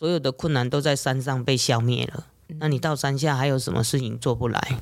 所有的困难都在山上被消灭了，那你到山下还有什么事情做不来？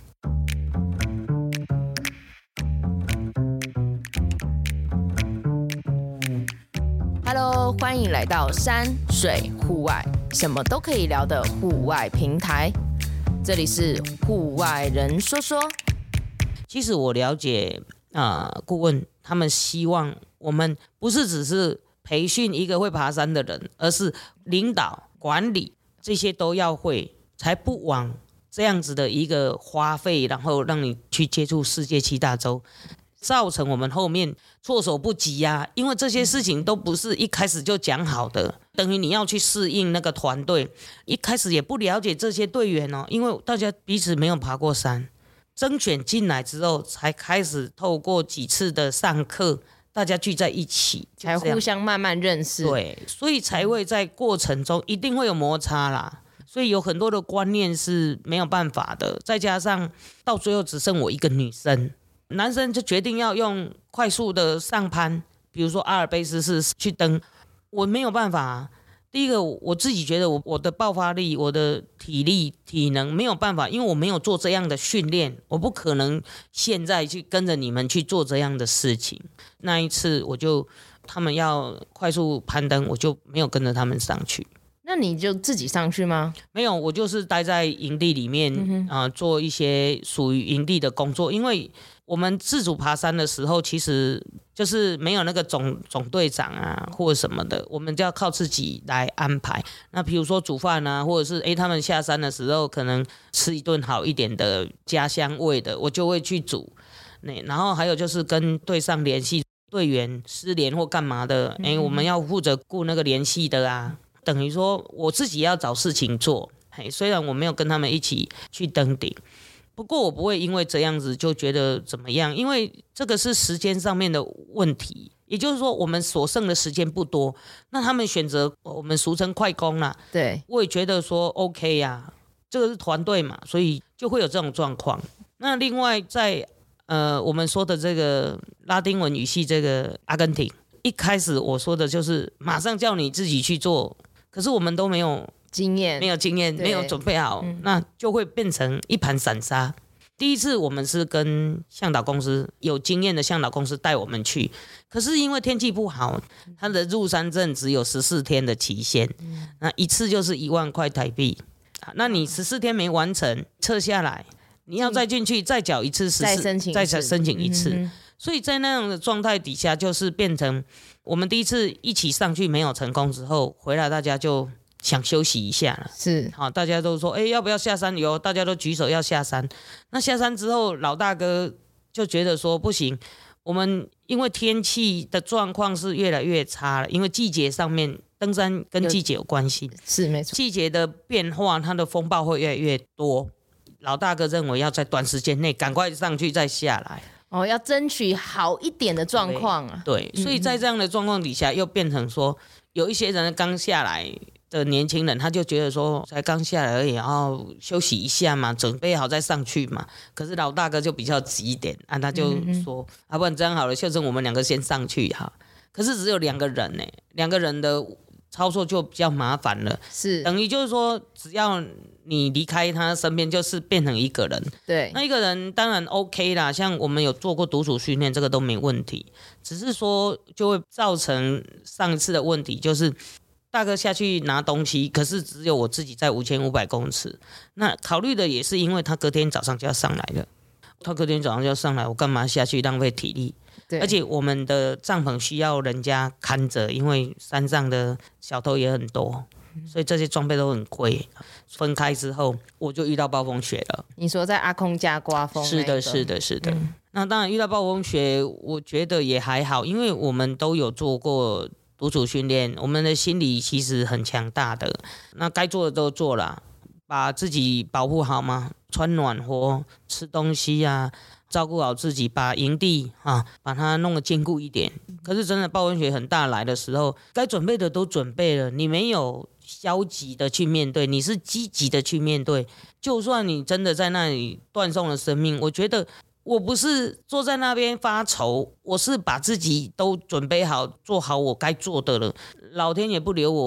Hello， 欢迎来到山水户外，什么都可以聊的户外平台。这里是户外人说说。 其实我了解顾问他们希望我们不是只是培训一个会爬山的人，而是领导管理这些都要会，才不往这样子的一个花费，然后让你去接触世界7大洲，造成我们后面措手不及啊！因为这些事情都不是一开始就讲好的，等于你要去适应那个团队，一开始也不了解这些队员哦，因为大家彼此没有爬过山，甄选进来之后才开始透过几次的上课，大家聚在一起， 才互相慢慢认识。 对，所以才会在过程中一定会有摩擦啦。所以有很多的观念是没有办法的，再加上到最后只剩我一个女生，男生就决定要用快速的上攀，比如说阿尔卑斯是去登，我没有办法啊。第一个，我自己觉得我的爆发力、我的体力、体能没有办法，因为我没有做这样的训练，我不可能现在去跟着你们去做这样的事情。那一次他们要快速攀登，我就没有跟着他们上去。 那你就自己上去吗？ 没有，我就是待在营地里面做一些属于营地的工作，因为我们自主爬山的时候，其实就是没有那个总队长啊或者什么的，我们就要靠自己来安排。那比如说煮饭啊，或者是他们下山的时候可能吃一顿好一点的家乡味的，我就会去煮。然后还有就是跟队上联系，队员失联或干嘛的，我们要负责顾那个联系的啊。等于说我自己要找事情做，虽然我没有跟他们一起去登顶，不过我不会因为这样子就觉得怎么样，因为这个是时间上面的问题，也就是说我们所剩的时间不多，那他们选择我们俗称快攻啦， 对， 我也觉得说 OK 呀，这个是团队嘛，所以就会有这种状况。那另外在我们说的这个拉丁文语系这个阿根廷，一开始我说的就是马上叫你自己去做，可是我们都没有经验，没有准备好，那就会变成一盘散沙。第一次我们是跟向导公司有经验的向导公司带我们去，可是因为天气不好，他的入山证只有14天的期限，那一次就是1万块台币，那你14天没完成，撤下来，你要再进去再缴一次14，再申请一次。所以在那样的状态底下，就是变成我们第一次一起上去没有成功之后，回来大家就想休息一下了。 是， 好，大家都说，要不要下山？有，大家都举手要下山。那下山之后，老大哥就觉得说不行，我们因为天气的状况是越来越差了，因为季节上面登山跟季节有关系， 是没错， 季节的变化，它的风暴会越来越多。老大哥认为要在短时间内赶快上去再下来。 要争取好一点的状况啊。 对，所以在这样的状况底下，又变成说，有一些人刚下来的年轻人，他就觉得说，才刚下来而已，然后休息一下嘛，准备好再上去嘛。可是老大哥就比较急一点啊，他就说，不然这样好了，秀珍我们2个先上去哈。可是只有2个人呢，2个人的操作就比较麻烦了， 是等于就是说，只要你离开他身边，就是变成一个人。 对， 那一个人当然 OK 啦，像我们有做过独处训练，这个都没问题。只是说就会造成上一次的问题，就是大哥下去拿东西，可是只有我自己在5500公尺。那考虑的也是因为他隔天早上就要上来了，他隔天早上就要上来，我干嘛下去浪费体力？而且我们的帐篷需要人家看着，因为山上的小偷也很多，所以这些装备都很贵。分开之后，我就遇到暴风雪了。 你说在阿空家刮风？ 是的，是的，是的。那当然遇到暴风雪，我觉得也还好，因为我们都有做过独处训练，我们的心理其实很强大的。那该做的都做了，把自己保护好嘛，穿暖和，吃东西啊。照顾好自己，把营地把它弄得坚固一点。可是真的暴风雪很大来的时候，该准备的都准备了，你没有消极的去面对，你是积极的去面对。就算你真的在那里断送了生命，我觉得我不是坐在那边发愁，我是把自己都准备好，做好我该做的了。老天也不留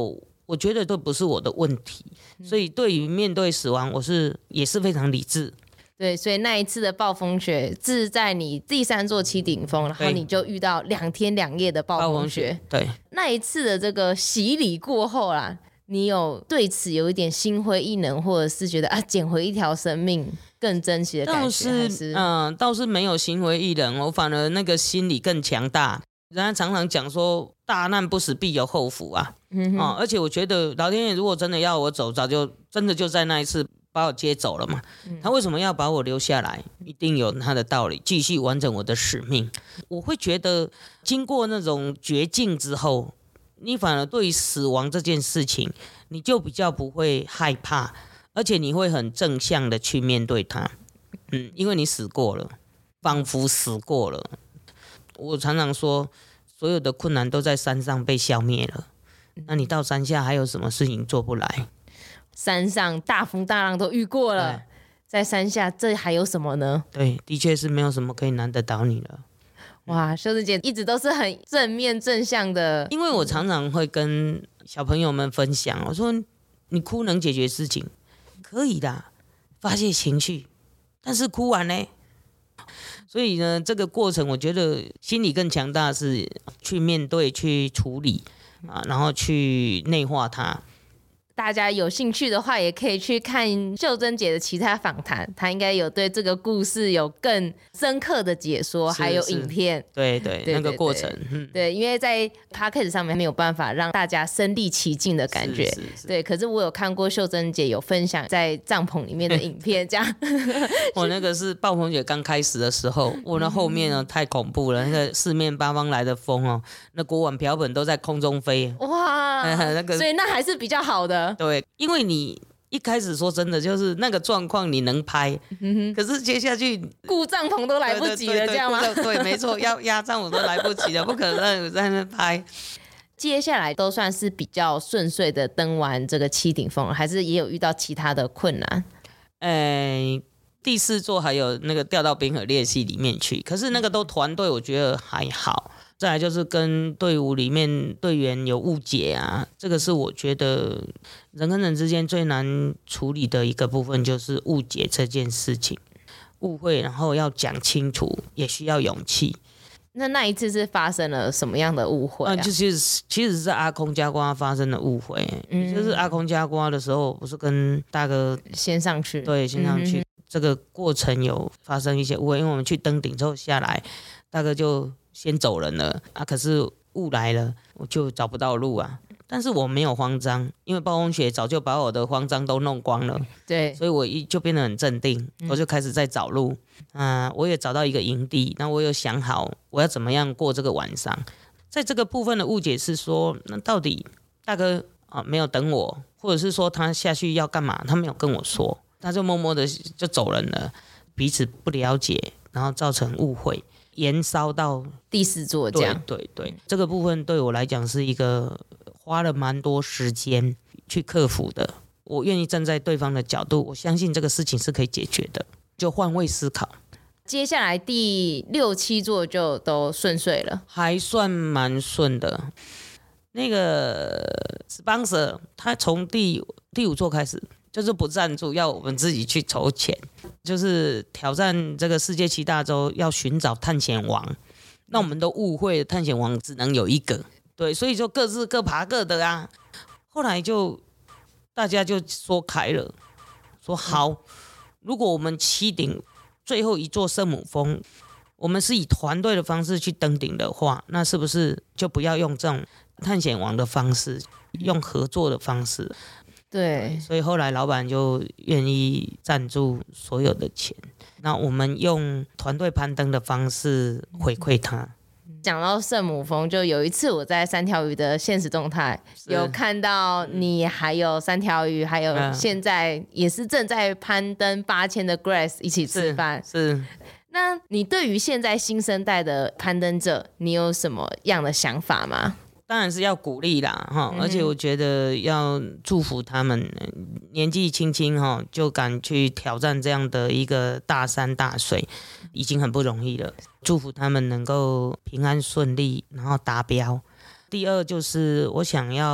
我觉得都不是我的问题，所以对于面对死亡，也是非常理智。 对，所以那一次的暴风雪是在你第3座七顶峰，然后你就遇到2天2夜的暴风雪。 对， 那一次的这个洗礼过后啦，你有对此有一点心灰意冷，或者是觉得捡回一条生命更珍惜的感觉？ 倒是没有心灰意冷，我反而那个心理更强大。人家常常讲说大难不死必有后福啊，而且我觉得老天爷如果真的要我走，早就真的就在那一次把我接走了嘛。他为什么要把我留下来？一定有他的道理，继续完成我的使命。我会觉得经过那种绝境之后，你反而对死亡这件事情你就比较不会害怕，而且你会很正向的去面对它。因为你死过了，仿佛死过了。我常常说所有的困难都在山上被消灭了，那你到山下还有什么事情做不来？ 山上大风大浪都遇过了，在山下这还有什么呢？ 对，的确是没有什么可以难得倒你了。 哇，秀珍姐一直都是很正面正向的。 因为我常常会跟小朋友们分享，我说你哭能解决事情，可以的，发泄情绪，但是哭完呢？所以呢，这个过程我觉得心理更强大是去面对、去处理然后去内化它。 大家有兴趣的话，也可以去看秀珍姐的其他访谈，她应该有对这个故事有更深刻的解说，还有影片。 对，那个过程， 对，因为在 Podcast 上面没有办法让大家身临其境的感觉，对。可是我有看过秀珍姐有分享在帐篷里面的影片，这样。 我那个是暴风雪刚开始的时候，我那后面呢太恐怖了，那个四面八方来的风那锅碗瓢盆都在空中飞， 哇， 那个， 所以那还是比较好的。 对，因为你一开始说真的就是那个状况你能拍，可是接下去顾帐篷都来不及了，这样吗？ 对，没错，要压帐篷都来不及了，不可能在那拍。 接下来都算是比较顺遂的登完这个七顶峰，还是也有遇到其他的困难？ 第4座还有那个掉到冰河裂隙里面去，可是那个都团队我觉得还好。再来就是跟队伍里面队员有误解啊，这个是我觉得人跟人之间最难处理的一个部分，就是误解这件事情。误会然后要讲清楚，也需要勇气。 那一次是发生了什么样的误会就其实是阿空加瓜发生的误会，就是阿空加瓜的时候，不是跟大哥先上去， 对，先上去，这个过程有发生一些误会，因为我们去登顶之后下来，大哥就先走人了可是雾来了，我就找不到路啊。但是我没有慌张，因为暴风雪早就把我的慌张都弄光了， 对， 所以我就变得很镇定，我就开始在找路我也找到一个营地，那我有想好我要怎么样过这个晚上。在这个部分的误解是说，那到底大哥没有等我，或者是说他下去要干嘛，他没有跟我说，他就默默的就走人了，彼此不了解，然后造成误会，延烧到第4座这样。 对，这个部分对我来讲是一个花了蛮多时间去克服的。我愿意站在对方的角度，我相信这个事情是可以解决的，就换位思考。 接下来第6、7座就都顺遂了， 还算蛮顺的。那个 sponsor 他从第5座开始就是不赞助，要我们自己去筹钱，就是挑战这个世界7大洲要寻找探险王。那我们都误会了，探险王只能有一个，对，所以就各自各爬各的啊。后来就大家就说开了，说好，如果我们7顶最后一座圣母峰，我们是以团队的方式去登顶的话，那是不是就不要用这种探险王的方式，用合作的方式？ 对， 所以后来老板就愿意赞助所有的钱，那我们用团队攀登的方式回馈他。 讲到圣母峰，就有一次我在三条鱼的现实动态有看到你，还有三条鱼，还有现在也是正在攀登8000的 Grace 一起吃饭。 是， 那你对于现在新生代的攀登者，你有什么样的想法吗？ 当然是要鼓励啦，而且我觉得要祝福他们年纪轻轻就敢去挑战这样的一个大山大水，已经很不容易了。祝福他们能够平安顺利，然后达标。第二就是我想要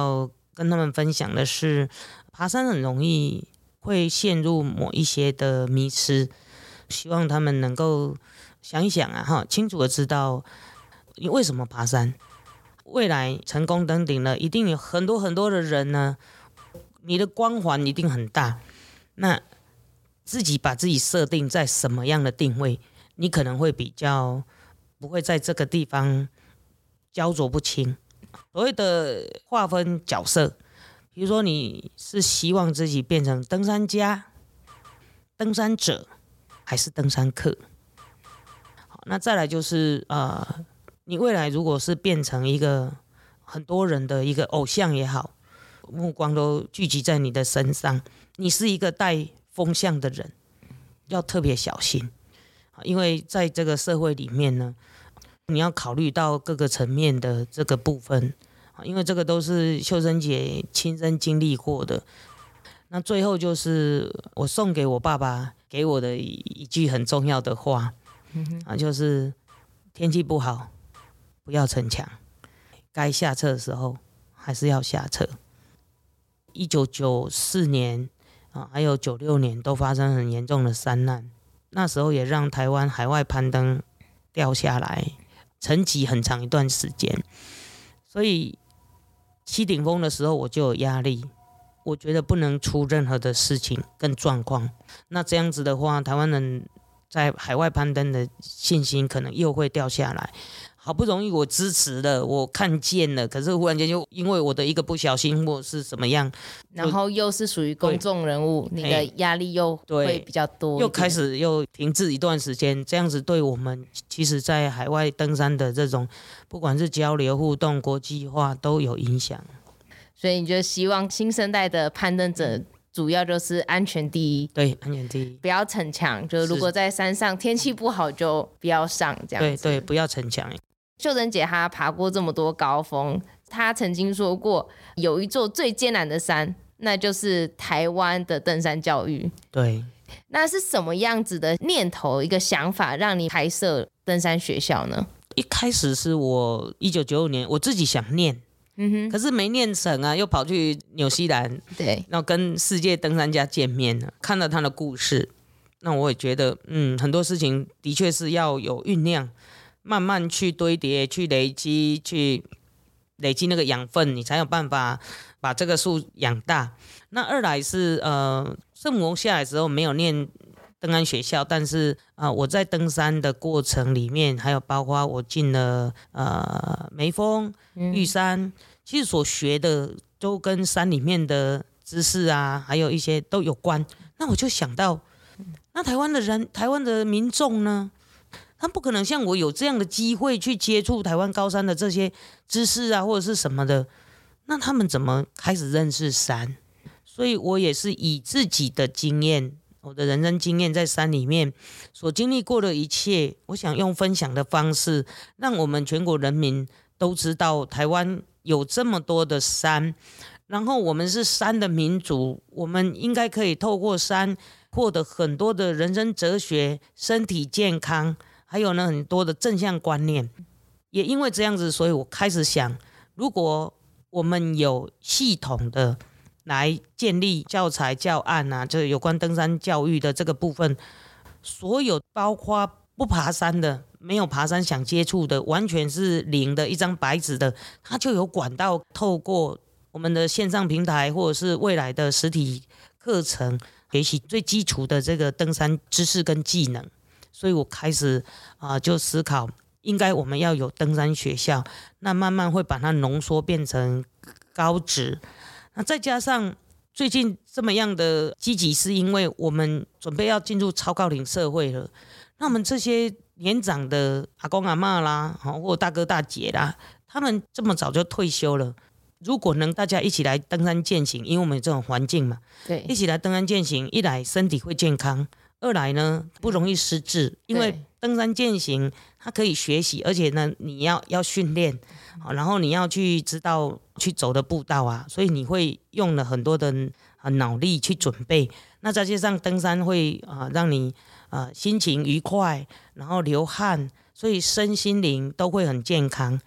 跟他们分享的是，爬山很容易会陷入某一些的迷失，希望他们能够想一想啊，清楚的知道你为什么爬山。未来成功登顶了，一定有很多很多的人呢，你的光环一定很大。那自己把自己设定在什么样的定位，你可能会比较不会在这个地方焦灼不清。所谓的划分角色，比如说你是希望自己变成登山家、登山者，还是登山客？好，那再来就是你未来如果是变成一个很多人的一个偶像也好，目光都聚集在你的身上，你是一个带风向的人，要特别小心，因为在这个社会里面呢，你要考虑到各个层面的这个部分，因为这个都是秀珍姐亲身经历过的。那最后就是我送给我爸爸给我的一句很重要的话，就是天气不好不要逞强，该下车的时候还是要下车。1994年还有96年都发生很严重的山难，那时候也让台湾海外攀登掉下来，沉寂很长一段时间。所以七顶峰的时候我就有压力，我觉得不能出任何的事情跟状况。那这样子的话，台湾人在海外攀登的信心可能又会掉下来。好不容易我支持了，我看见了，可是忽然间就因为我的一个不小心或是怎么样， 然后又是属于公众人物，你的压力又会比较多， 又开始又停滞一段时间，这样子对我们其实在海外登山的这种不管是交流互动国际化都有影响。 所以你就希望新生代的攀登者主要就是安全第一， 对，安全第一， 不要逞强，就如果在山上天气不好就不要上，这样子。 对对，不要逞强。 秀珍姐她爬过这么多高峰，她曾经说过有一座最艰难的山，那就是台湾的登山教育。 对， 那是什么样子的念头一个想法让你开设登山学校呢？ 一开始是我1995年我自己想念，可是没念成啊，又跑去纽西兰， 对， 然后跟世界登山家见面了，看到他的故事，那我也觉得很多事情的确是要有酝酿，慢慢去堆叠，去累积那个养分，你才有办法把这个树养大。那二来是圣母峰下来之后没有念登山学校，但是我在登山的过程里面，还有包括我进了眉峰、玉山，其实所学的都跟山里面的知识啊，还有一些都有关。那我就想到，那台湾的人、台湾的民众呢？他不可能像我有这样的机会去接触台湾高山的这些知识啊，或者是什么的，那他们怎么开始认识山？所以我也是以自己的经验，我的人生经验在山里面所经历过的一切，我想用分享的方式，让我们全国人民都知道台湾有这么多的山，然后我们是山的民族，我们应该可以透过山获得很多的人生哲学、身体健康，还有呢很多的正向观念。也因为这样子，所以我开始想，如果我们有系统的来建立教材教案啊，就是有关登山教育的这个部分，所有包括不爬山的、没有爬山想接触的，完全是零的一张白纸的，它就有管道透过我们的线上平台或者是未来的实体课程学习最基础的这个登山知识跟技能。所以我开始就思考，应该我们要有登山学校，那慢慢会把它浓缩变成高职。那再加上最近这么样的积极，是因为我们准备要进入超高龄社会了。那我们这些年长的阿公阿嬷啦，或大哥大姐啦，他们这么早就退休了。如果能大家一起来登山健行，因为我们有这种环境嘛， 对， 一起来登山健行，一来身体会健康，二来呢不容易失智，因为登山健行它可以学习，而且呢你要训练，然后你要去知道去走的步道啊，所以你会用了很多的脑力去准备。那再加上登山会让你心情愉快，然后流汗，所以身心灵都会很健康。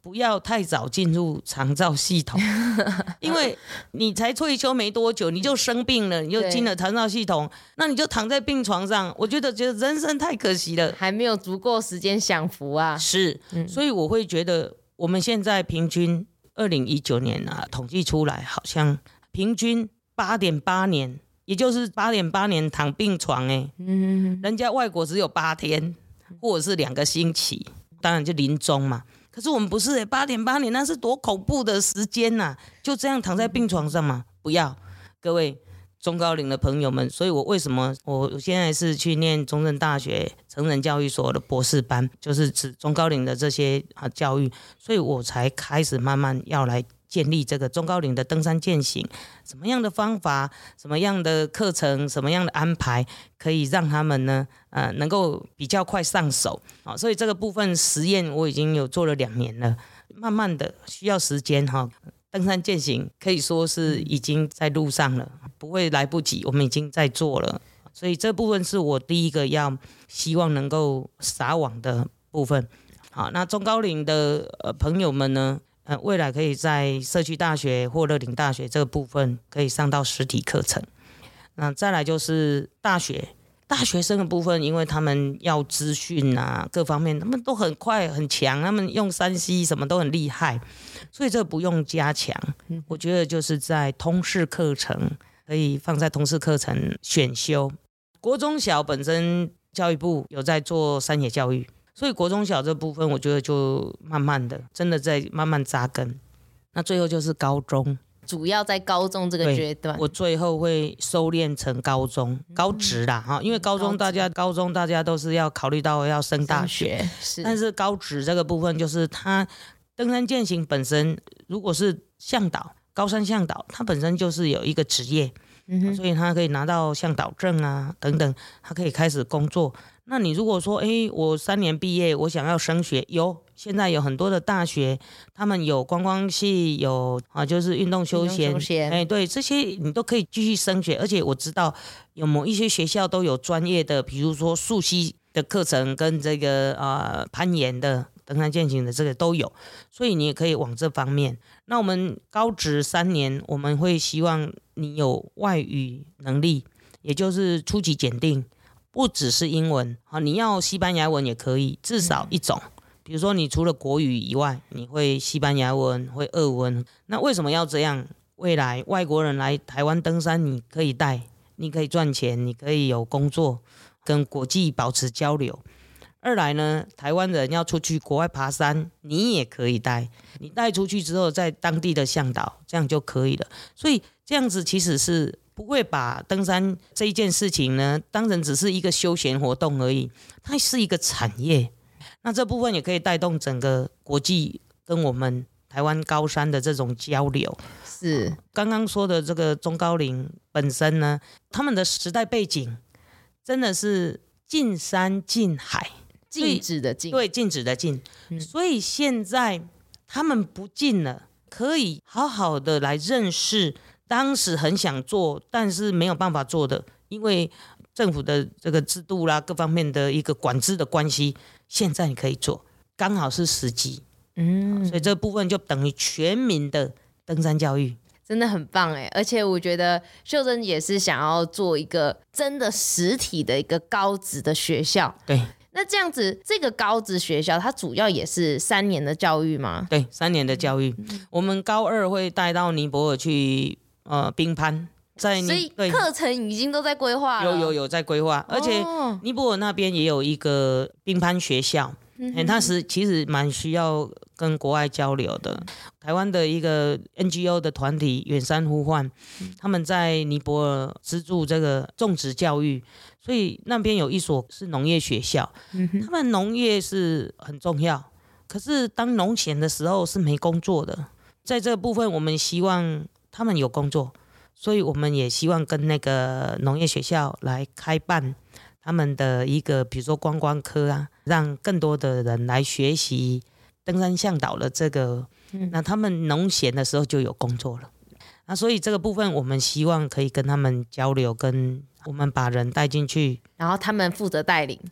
不要太早进入长照系统，因为你才退休没多久，你就生病了，你就进了长照系统，那你就躺在病床上，我觉得人生太可惜了， 还没有足够时间享福啊。 是，所以我会觉得我们现在平均2019年啊，统计出来好像平均8.8年，也就是8.8年躺病床人家外国只有8天或者是2个星期，当然就临终嘛。可是我们不是8.8年，那是多恐怖的时间啊，就这样躺在病床上嘛，不要，各位中高龄的朋友们。所以为什么我现在是去念中正大学成人教育所的博士班，就是指中高龄的这些教育，所以我才开始慢慢要来建立这个中高龄的登山健行，什么样的方法，什么样的课程，什么样的安排，可以让他们呢能够比较快上手。所以这个部分实验我已经有做了2年了，慢慢的需要时间登山健行可以说是已经在路上了，不会来不及，我们已经在做了。所以这部分是我第一个要希望能够撒网的部分。好，那中高龄的朋友们呢，未来可以在社区大学或乐龄大学这个部分可以上到实体课程。那再来就是大学生的部分，因为他们要资讯啊各方面他们都很快很强，他们用3C 什么都很厉害，所以这不用加强。我觉得就是在通识课程可以放在通识课程选修。国中小本身教育部有在做山野教育，所以国中小这部分我觉得就慢慢的真的在慢慢扎根。那最后就是高中， 主要在高中这个阶段， 我最后会收敛成高中高职啦，因为高中大家都是要考虑到要升大学，但是高职这个部分就是他登山健行本身，如果是向导高山向导，他本身就是有一个职业，所以他可以拿到向导证啊等等，他可以开始工作。那你如果说我3年毕业，我想要升学，现在有很多的大学他们有观光系，有就是运动休闲对，这些你都可以继续升学。而且我知道有某一些学校都有专业的，比如说溯溪的课程跟这个攀岩的登山健行的这个都有，所以你也可以往这方面。那我们高职3年，我们会希望你有外语能力，也就是初级检定，不只是英文，你要西班牙文也可以，至少一种。比如说你除了国语以外，你会西班牙文，会俄文。那为什么要这样？未来外国人来台湾登山，你可以带，你可以赚钱，你可以有工作，跟国际保持交流。二来呢，台湾人要出去国外爬山，你也可以带，你带出去之后在当地的向导，这样就可以了。所以这样子其实是不会把登山这一件事情呢当成只是一个休闲活动而已，它是一个产业。那这部分也可以带动整个国际跟我们台湾高山的这种交流。 是刚刚说的这个中高龄本身呢，他们的时代背景真的是近山近海， 禁止的禁， 对，禁止的禁，所以现在他们不禁了，可以好好的来认识当时很想做但是没有办法做的，因为政府的这个制度啦各方面的一个管制的关系，现在你可以做，刚好是时机。所以这部分就等于全民的登山教育， 真的很棒哎！而且我觉得秀珍也是想要做一个真的实体的一个高职的学校。 对， 那这样子，这个高职学校它主要也是3年的教育吗？ 对，3年的教育。我们高2会带到尼泊尔去冰攀， 所以课程已经都在规划了。 有在规划，而且尼泊尔那边也有一个冰攀学校。它其实蛮需要跟国外交流的。台湾的一个 NGO 的团体远山呼唤，他们在尼泊尔资助这个种植教育，所以那边有一所是农业学校。他们农业是很重要，可是当农闲的时候是没工作的。在这个部分我们希望他们有工作，所以我们也希望跟那个农业学校来开办他们的一个比如说观光科啊，让更多的人来学习登山向导的这个，那他们农闲的时候就有工作了。那所以这个部分我们希望可以跟他们交流，跟我们把人带进去， 然后他们负责带领。 对，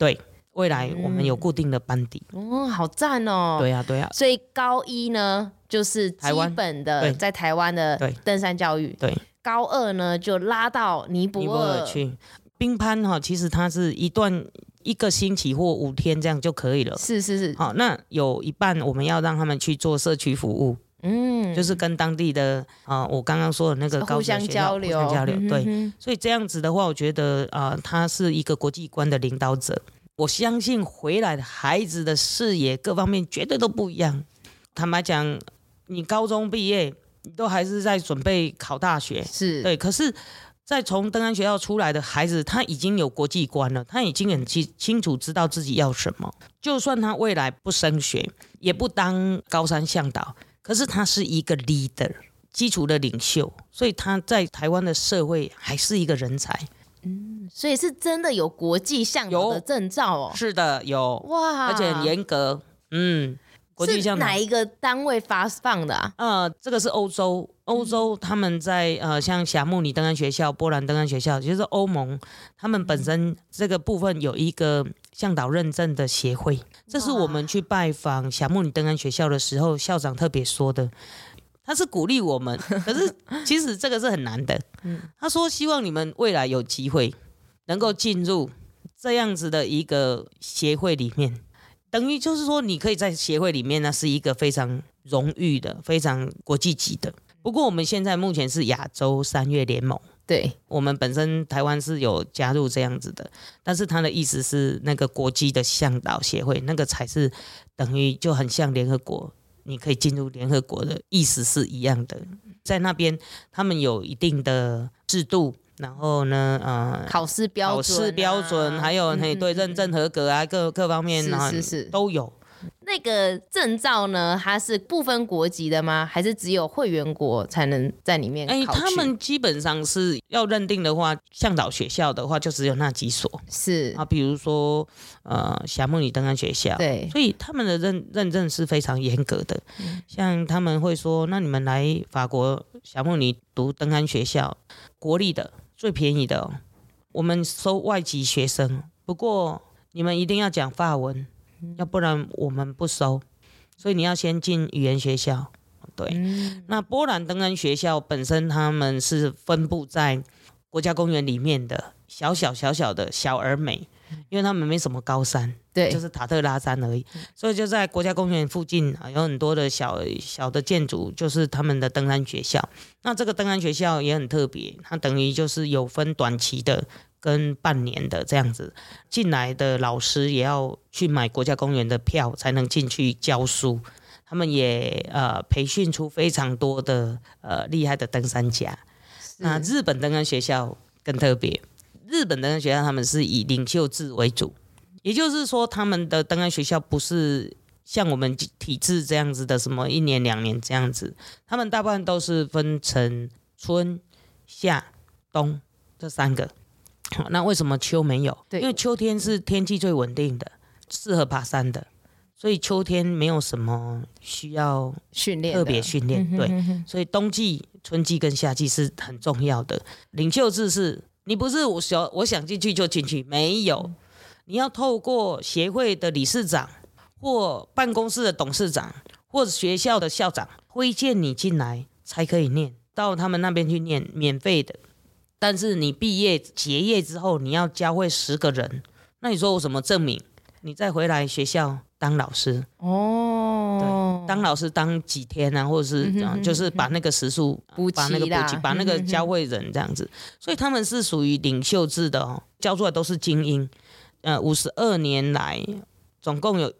未来我们有固定的班底。 好赞哦！ 对啊，对啊。 所以高一呢，就是基本的在台湾的登山教育。 对。 高二呢，就拉到尼泊尔去。冰攀其实它是一个星期或5天这样就可以了。 是。 好，那有一半我们要让他们去做社区服务。就是跟当地的我刚刚说的那个高学校互相交流。对，所以这样子的话，我觉得他是一个国际观的领导者。我相信回来的孩子的视野各方面绝对都不一样。坦白讲，你高中毕业，你都还是在准备考大学， 是对。可是，在从登山学校出来的孩子，他已经有国际观了，他已经很清楚知道自己要什么。就算他未来不升学，也不当高山向导。可是他是一个 leader， 基础的领袖，所以他在台湾的社会还是一个人才。 所以是真的有国际向导的证照哦。 是的，有哇，而且很严格。国际向导是哪一个单位发放的啊？ 这个是欧洲他们在像霞慕尼登山学校、波兰登山学校，就是欧盟，他们本身这个部分有一个向导认证的协会。这是我们去拜访霞慕尼登山学校的时候，校长特别说的。他是鼓励我们，可是其实这个是很难的。他说希望你们未来有机会能够进入这样子的一个协会里面。等于就是说，你可以在协会里面呢，是一个非常荣誉的、非常国际级的。不过我们现在目前是亚洲山岳联盟， 对， 我们本身台湾是有加入这样子的，但是他的意思是那个国际的向导协会，那个才是等于就很像联合国，你可以进入联合国的意思是一样的。在那边他们有一定的制度。然后呢， 考试标准， 还有对认证合格啊，各方面是都有。 那个证照呢，它是不分国籍的吗？还是只有会员国才能在里面考取？ 他们基本上是要认定的话，向导学校的话就只有那几所。 是比如说霞慕尼登山学校， 对， 所以他们的认证是非常严格的。像他们会说，那你们来法国霞慕尼读登山学校，国立的。最便宜的我们收外籍学生，不过你们一定要讲法文，要不然我们不收。所以你要先进语言学校。对，那波兰登山学校本身他们是分布在国家公园里面的小小的小而美，因为他们没什么高山， 对， 就是塔特拉山而已，所以就在国家公园附近有很多的小的建筑，就是他们的登山学校。那这个登山学校也很特别，它等于就是有分短期的跟半年的这样子，进来的老师也要去买国家公园的票才能进去教书。他们也培训出非常多的厉害的登山家。那日本登山学校更特别，日本登山学校他们是以领袖制为主，也就是说他们的登山学校不是像我们体制这样子的什么1年2年这样子，他们大部分都是分成春夏冬这3个。那为什么秋没有？因为秋天是天气最稳定的，适合爬山的，所以秋天没有什么需要特别训练。对，所以冬季、春季跟夏季是很重要的。领袖制是你不是我想进去就进去，没有，你要透过协会的理事长或办公室的董事长或者学校的校长推荐你进来才可以念，到他们那边去念，免费的。但是你毕业结业之后，你要教会10个人，那你说我什么证明？你再回来学校当老师对，当老师当几天啊，或者是就是把那个时数把那个补齐，把那个教会人这样子。所以他们是属于领袖制的教出来都是精英。52年来，总共有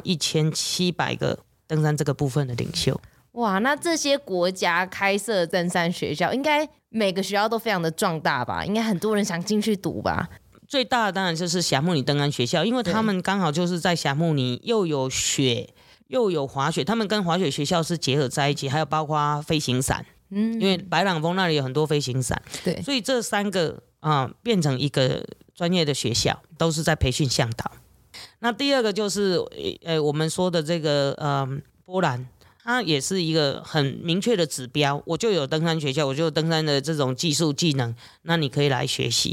11700个登山这个部分的领袖。 哇，那这些国家开设登山学校，应该每个学校都非常的壮大吧？应该很多人想进去读吧？ 最大的当然就是霞慕尼登山学校，因为他们刚好就是在霞慕尼又有雪又有滑雪，他们跟滑雪学校是结合在一起，还有包括飞行伞，因为白朗峰那里有很多飞行伞， 对， 所以这3个变成一个专业的学校，都是在培训向导。那第二个就是我们说的这个波兰。它也是一个很明确的指标，我就有登山学校，我就有登山的这种技术技能，那你可以来学习。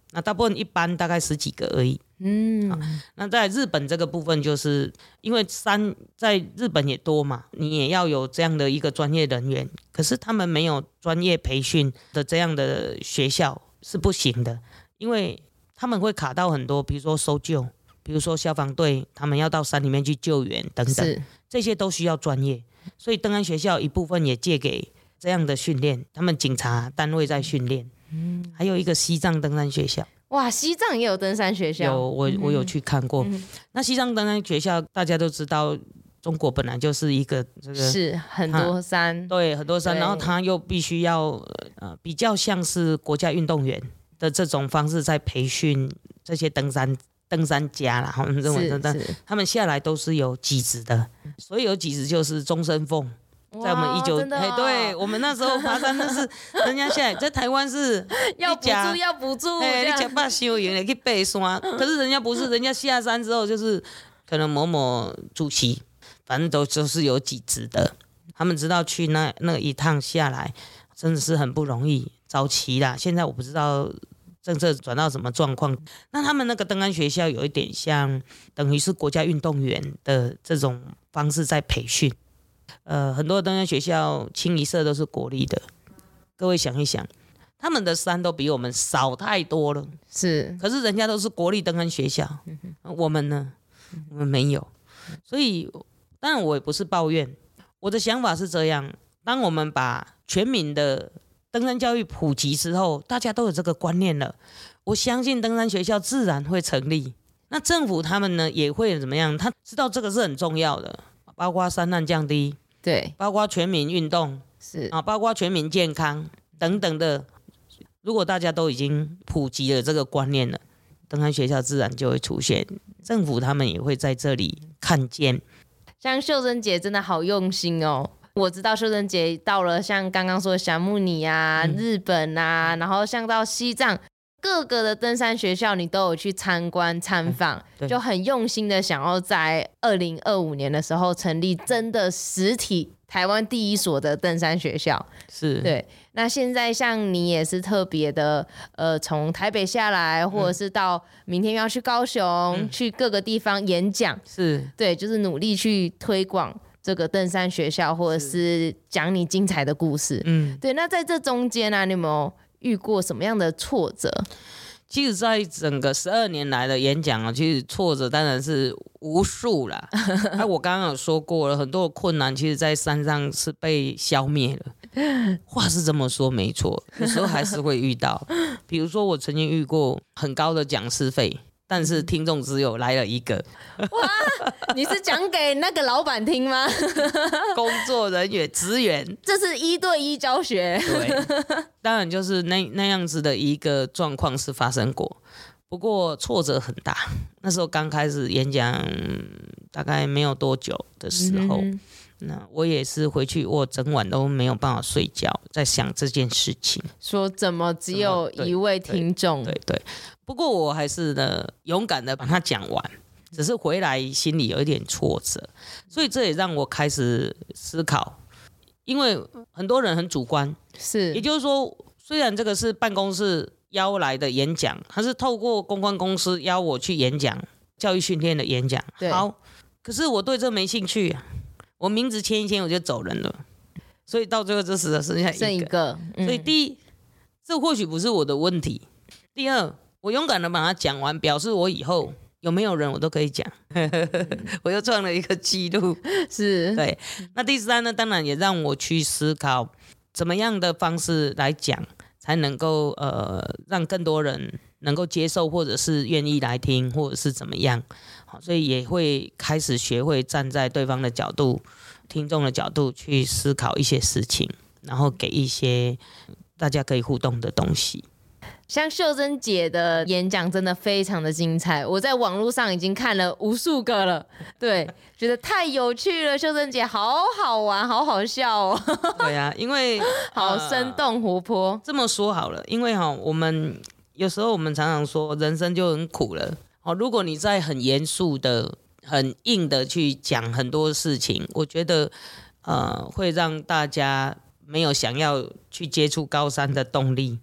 那大部分一班大概10几个而已。那在日本这个部分，就是因为山在日本也多嘛，你也要有这样的一个专业人员，可是他们没有专业培训的这样的学校是不行的，因为他们会卡到很多，比如说搜救，比如说消防队，他们要到山里面去救援等等，这些都需要专业，所以登山学校一部分也借给这样的训练，他们警察单位在训练。还有一个西藏登山学校。 哇，西藏也有登山学校？ 有，我有去看过。那西藏登山学校大家都知道，中国本来就是一个这个是很多山， 对，很多山，然后他又必须要比较像是国家运动员的这种方式在培训这些登山家啦，他们下来都是有几职的，所以有几职就是终身俸。在我们19对，我们那时候爬山，那是人家下来在台湾是要补助， 你吃饱休闲去爬山，可是人家不是，人家下山之后就是可能某某主席，反正都是有几职的，他们知道去那一趟下来真的是很不容易，早期啦，现在我不知道政策转到什么状况。那他们那个登山学校有一点像，等于是国家运动员的这种方式在培训。很多登山学校清一色都是国立的，各位想一想，他们的山都比我们少太多了， 是， 可是人家都是国立登山学校，我们呢，我们没有，所以当然我也不是抱怨，我的想法是这样，当我们把全民的登山教育普及之后，大家都有这个观念了，我相信登山学校自然会成立，那政府他们呢也会怎么样，他知道这个是很重要的，包括山难降低， 对， 包括全民运动， 是啊，包括全民健康等等的。如果大家都已经普及了这个观念了，登山学校自然就会出现，政府他们也会在这里看见。 像秀珍姐真的好用心哦。我知道秀珍姐到了像刚刚说的霞慕尼啊、日本啊，然后像到西藏各个的登山学校，你都有去参观参访，就很用心的想要在2025年的时候成立真的实体台湾第一所的登山学校。 是， 对。那现在像你也是特别的，从台北下来，或者是到明天要去高雄，去各个地方演讲， 是， 对，就是努力去推广这个登山学校，或者是讲你精彩的故事。对。那在这中间呢，你有没有遇过什么样的挫折？ 其实在整个12年来的演讲其实挫折当然是无数啦。我刚刚有说过了，很多的困难其实在山上是被消灭了。话是这么说没错，有时候还是会遇到。比如说我曾经遇过很高的讲师费，但是听众只有来了一个。 哇，你是讲给那个老板听吗？ 工作人员、职员， 这是1对1教学。 对，当然就是那样子的一个状况是发生过，不过挫折很大。那时候刚开始演讲，大概没有多久的时候，那我也是回去，我整晚都没有办法睡觉，在想这件事情， 说怎么只有一位听众？ 对。不过我还是呢勇敢的把它讲完，只是回来心里有一点挫折，所以这也让我开始思考，因为很多人很主观， 是， 也就是说，虽然这个是办公室邀来的演讲，它是透过公关公司邀我去演讲，教育训练的演讲，好，可是我对这没兴趣啊，我名字签一签我就走人了，所以到最后就剩下一个，所以第一，这或许不是我的问题，第二，我勇敢的把它讲完，表示我以后有没有人我都可以讲，我又创了一个记录， 是， 对。那第三呢，当然也让我去思考怎么样的方式来讲，才能够让更多人能够接受，或者是愿意来听，或者是怎么样。好，所以也会开始学会站在对方的角度、听众的角度去思考一些事情，然后给一些大家可以互动的东西。 像秀珍姐的演讲真的非常的精彩，我在网络上已经看了无数个了，对，觉得太有趣了，秀珍姐好好玩，好好笑哦。 对啊，因为好生动活泼。 这么说好了，因为我们有时候我们常常说人生就很苦了，如果你在很严肃的、很硬的去讲很多事情，我觉得会让大家没有想要去接触高山的动力。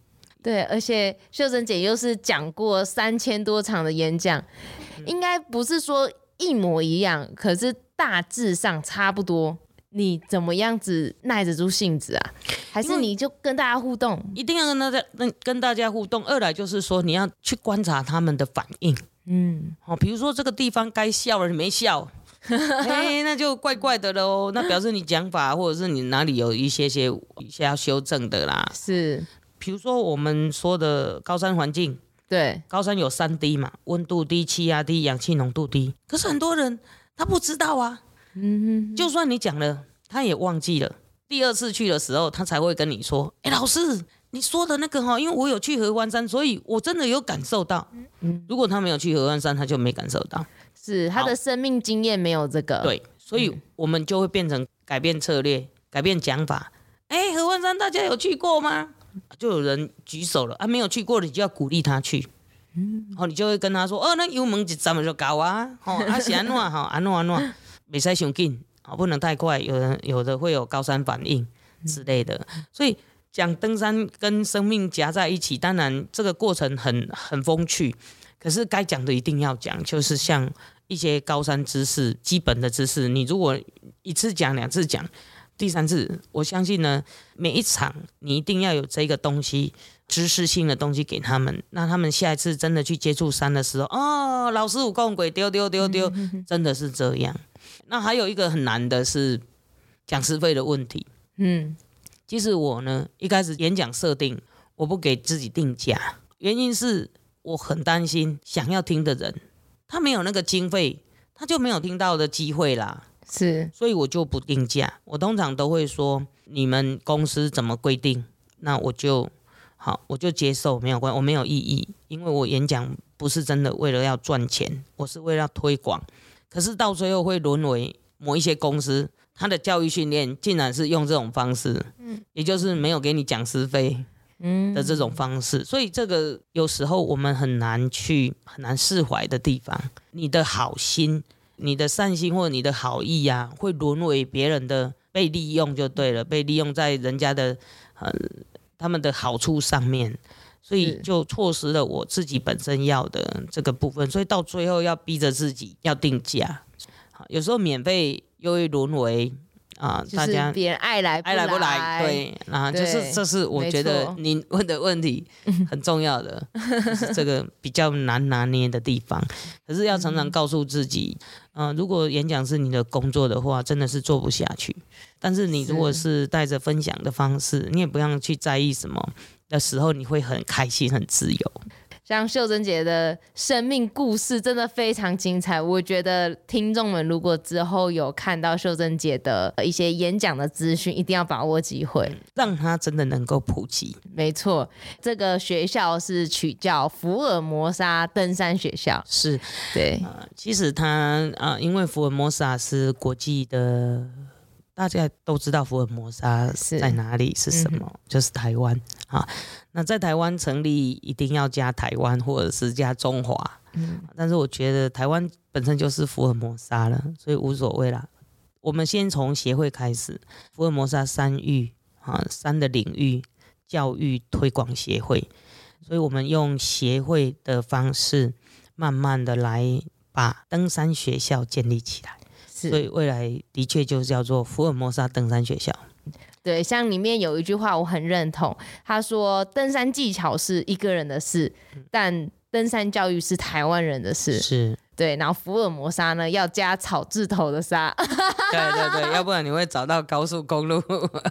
对，而且秀珍姐又是讲过3000多场的演讲，应该不是说一模一样，可是大致上差不多。你怎么样子耐得住性子啊？还是你就跟大家互动？ 一定要跟大家互动。二来就是说你要去观察他们的反应。比如说这个地方该笑了，你没笑。那就怪怪的咯，那表示你讲法或者是你哪里有一些要修正的啦。 是， 比如说我们说的高山环境， 对， 高山有3低嘛，温度低、气压低、氧气浓度低，可是很多人他不知道啊。就算你讲了，他也忘记了。第2次去的时候，他才会跟你说：“老师，你说的那个因为我有去合欢山，所以我真的有感受到。”如果他没有去合欢山，他就没感受到。 是他的生命经验没有这个。 对，所以我们就会变成改变策略、改变讲法。合欢山大家有去过吗？就有人举手了啊，没有去过的你就要鼓励他去。你就会跟他说：“那油门1站就够啊，是安怎安怎。”不可以太紧，不能太快，有的会有高山反应之类的。所以讲登山跟生命夹在一起，当然这个过程很风趣，可是该讲的一定要讲，就是像一些高山知识、基本的知识，你如果1次讲、2次讲，第3次，我相信呢，每一场你一定要有这个东西，知识性的东西给他们，那他们下一次真的去接触山的时候，老师有讲过，丢，真的是这样。那还有一个很难的是讲师费的问题。其实我呢，一开始演讲设定，我不给自己定价，原因是我很担心想要听的人，他没有那个经费，他就没有听到的机会啦。 是， 所以我就不定价，我通常都会说你们公司怎么规定，那我就接受，没有关系，我没有异议，因为我演讲不是真的为了要赚钱，我是为了要推广。可是到最后会沦为某一些公司，他的教育训练竟然是用这种方式，也就是没有给你讲师费的这种方式，所以这个有时候我们很难释怀的地方。你的好心、你的善心或者你的好意啊，会沦为别人的被利用就对了，被利用在人家的他们的好处上面。所以就错失了我自己本身要的这个部分，所以到最后要逼着自己要定价。有时候免费又会沦为大家别人爱来不来， 对，就是这是我觉得您问的问题很重要的，就是这个比较难拿捏的地方。可是要常常告诉自己，如果演讲是你的工作的话，真的是做不下去。但是你如果是带着分享的方式，你也不用去在意什么的时候，你会很开心、很自由。 像秀珍姐的生命故事真的非常精彩，我觉得听众们如果之后有看到秀珍姐的一些演讲的资讯，一定要把握机会， 让她真的能够普及。 没错，这个学校是取叫福尔摩沙登山学校， 是， 对， 其实它因为福尔摩沙是国际的。大家都知道福尔摩沙在哪里是什么，就是台湾啊。那在台湾成立一定要加台湾或者是加中华，但是我觉得台湾本身就是福尔摩沙了，所以无所谓啦。我们先从协会开始，福尔摩沙山域山的领域教育推广协会，所以我们用协会的方式，慢慢的来把登山学校建立起来。所以未来的确就叫做福尔摩沙登山学校。 对，像里面有一句话我很认同，他说登山技巧是一个人的事，但登山教育是台湾人的事。 是， 对，然后福尔摩沙呢要加草字头的沙。 对，要不然你会找到高速公路。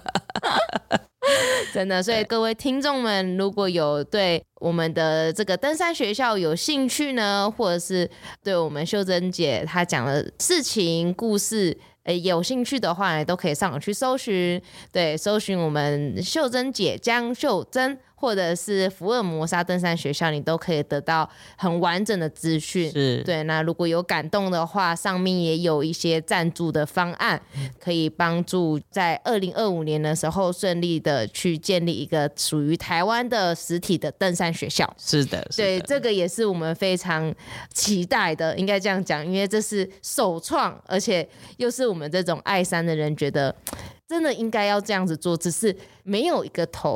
真的，所以各位听众们，如果有对我们的这个登山学校有兴趣呢，或者是对我们秀珍姐她讲的事情故事有兴趣的话呢，都可以上网去搜寻，对，搜寻我们秀珍姐江秀珍，或者是福尔摩沙登山学校，你都可以得到很完整的资讯。 是， 对，那如果有感动的话，上面也有一些赞助的方案，可以帮助在2025年的时候顺利的去建立一个属于台湾的实体的登山学校。 是的， 对，这个也是我们非常期待的，应该这样讲，因为这是首创，而且又是我们这种爱山的人觉得真的应该要这样子做，只是没有一个头。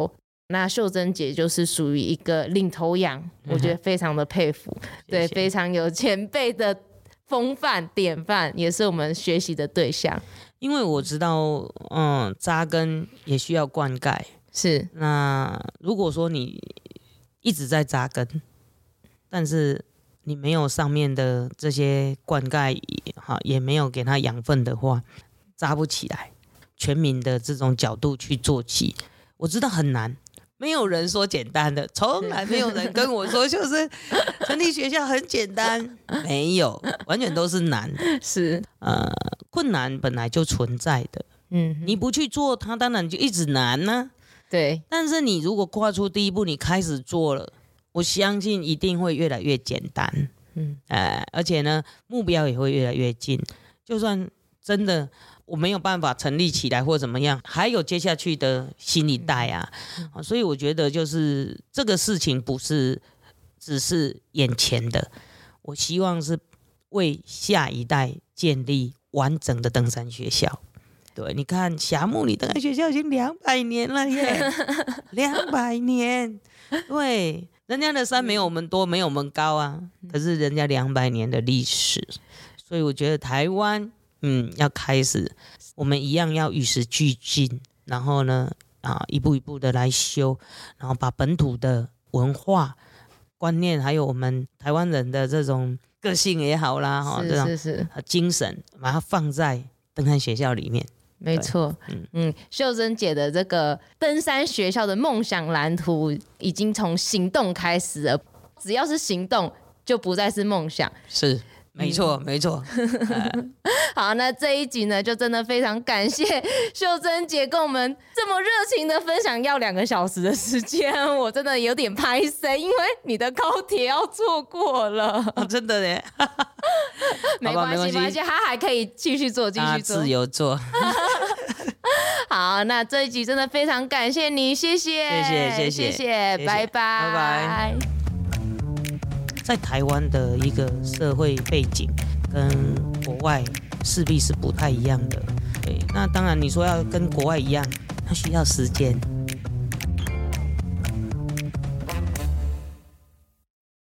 那秀珍姐就是属于一个领头羊，我觉得非常的佩服，对，非常有前辈的风范典范，也是我们学习的对象。 因为我知道，扎根也需要灌溉。 是。 那如果说你一直在扎根，但是你没有上面的这些灌溉，也没有给它养分的话，扎不起来。全民的这种角度去做起，我知道很难，没有人说简单的，从来没有人跟我说就是成立学校很简单，没有，完全都是难的。 是， 困难本来就存在的，你不去做它，当然就一直难呢。 对， 但是你如果跨出第一步，你开始做了，我相信一定会越来越简单。而且呢，目标也会越来越近。就算真的我没有办法成立起来或怎么样，还有接下去的新一代啊，所以我觉得就是这个事情不是只是眼前的，我希望是为下一代建立完整的登山学校。对，你看霞木里登山学校已经200年了耶，200年，对，人家的山没有我们多，没有我们高啊，可是人家200年的历史，所以我觉得台湾要开始，我们一样要与时俱进，然后呢，一步一步的来修，然后把本土的文化观念，还有我们台湾人的这种个性也好啦， 是精神，把它放在登山学校里面。 没错，秀珍姐的这个登山学校的梦想蓝图已经从行动开始了，只要是行动，就不再是梦想。 是。没错，没错。 好，那这一集呢，就真的非常感谢秀珍姐跟我们这么热情的分享，要2个小时的时间，我真的有点拍摄，因为你的高铁要错过了。 真的耶。 没关系，没关系，他还可以继续做，继续做， 自由做。 好，那这一集真的非常感谢你，谢谢，谢谢，拜拜， 拜拜。在台湾的一个社会背景跟国外势必是不太一样的，对，那当然你说要跟国外一样，它需要时间。